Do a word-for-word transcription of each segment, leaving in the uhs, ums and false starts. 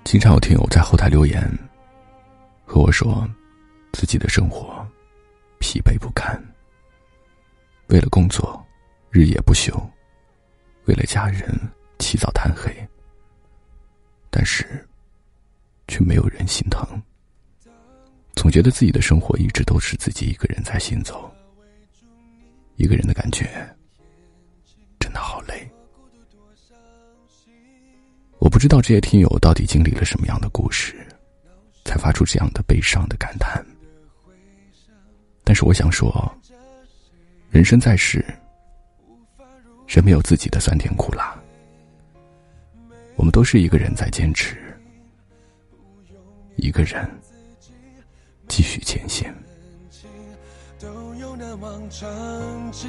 经常有听友在后台留言和我说，自己的生活疲惫不堪，为了工作日夜不休，为了家人起早贪黑，但是却没有人心疼，总觉得自己的生活一直都是自己一个人在行走，一个人的感觉真的好累。我不知道这些听友到底经历了什么样的故事，才发出这样的悲伤的感叹。但是我想说，人生在世，谁没有自己的酸甜苦辣？我们都是一个人在坚持，一个人继续前行。 都有难忘场景，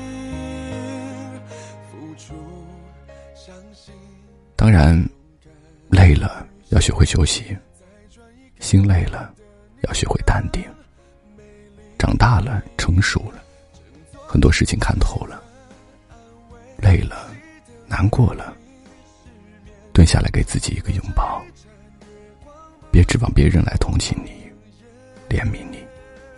付出相信。 当然，累了要学会休息，心累了要学会淡定。长大了，成熟了，很多事情看透了，累了，难过了，蹲下来给自己一个拥抱，别指望别人来同情你，怜悯你。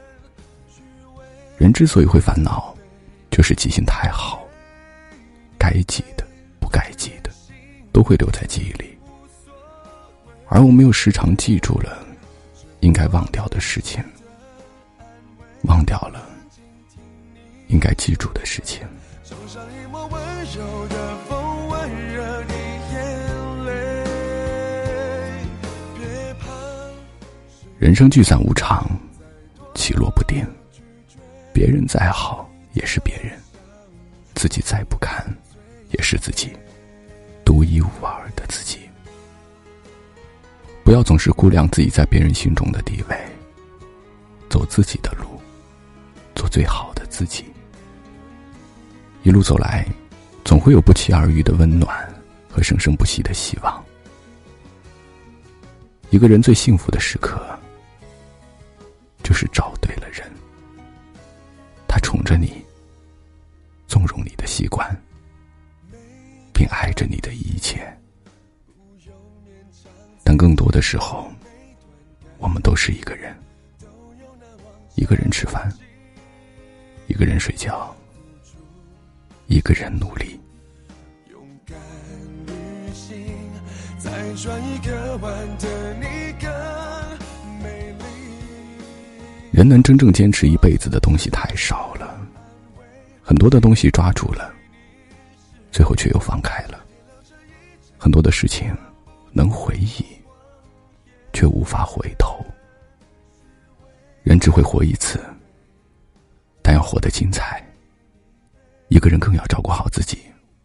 人之所以会烦恼，就是记性太好，该记的不该记的都会留在记忆里，而我们又时常记住了应该忘掉的事情，忘掉了应该记住的事情。 冲上一抹温柔的风，温热你眼泪，别怕。 人生聚散无常，起落不定，别人再好也是别人，自己再不堪也是自己独一无二的自己。不要总是估量自己在别人心中的地位，走自己的路，做最好的自己。一路走来，总会有不期而遇的温暖和生生不息的希望。一个人最幸福的时刻，就是找对了人，他宠着你，纵容你的习惯，并爱着你的一切。但更多的时候，我们都是一个人，一个人吃饭，一个人睡觉，一个人努力。 勇敢旅行，再转一个弯的你更美丽。 人能真正坚持一辈子的东西太少了，很多的东西抓住了，最后却又放开了。很多的事情能回忆，却无法回头。人只会活一次，但要活得精彩，一个人更要照顾好自己。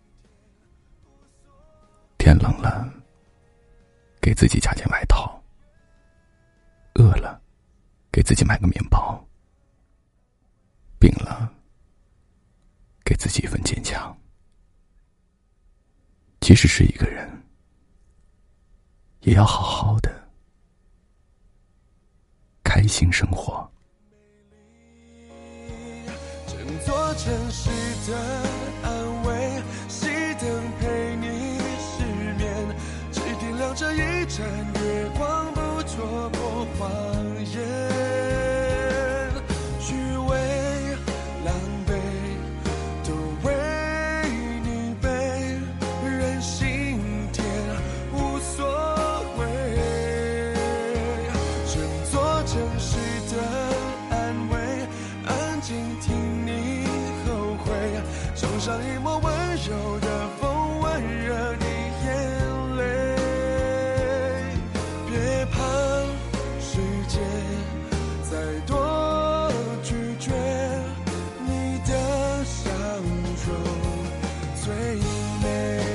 天冷了，给自己加件外套；饿了，给自己买个面包；病了，给自己一份坚强。即使是一个人，也要好好的开心生活。 整座城市的安慰，熄灯陪你失眠，只点亮这一盏月光，不戳破谎言。虚伪狼狈都为你背，任性甜无所谓。整座城市的安慰，安静听你后悔，冲上一抹温柔的风，温热你眼泪。别怕世界再多拒绝，你的笑容最美。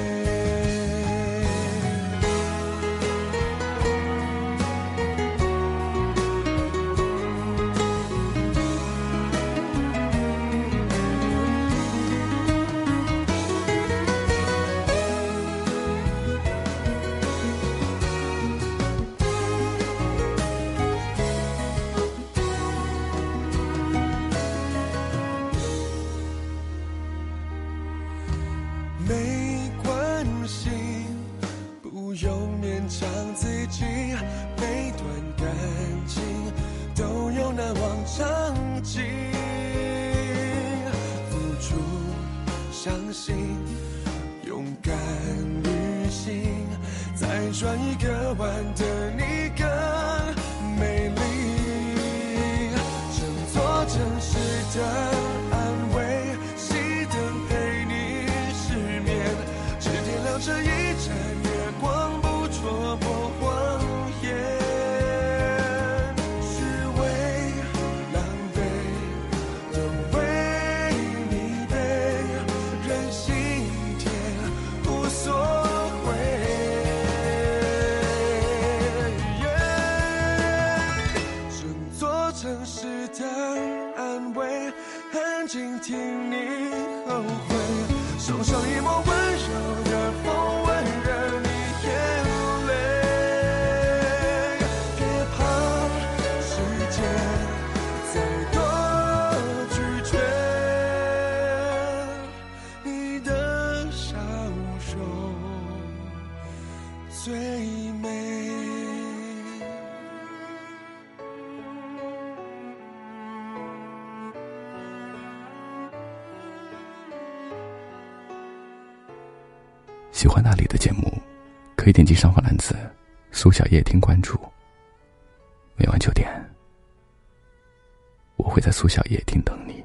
相信，勇敢旅行，再转一个弯的你更美丽。整座城市的安慰，熄灯陪你失眠，只点亮这一盏月光，不戳破谎言。城市的安慰，安静听你后悔，送上一抹温柔的风吻，让你眼泪。别怕时间再多拒绝，你的小手最美。 喜欢那里的节目，可以点击上方篮子苏小叶听关注。每晚九点，我会在苏小叶听等你。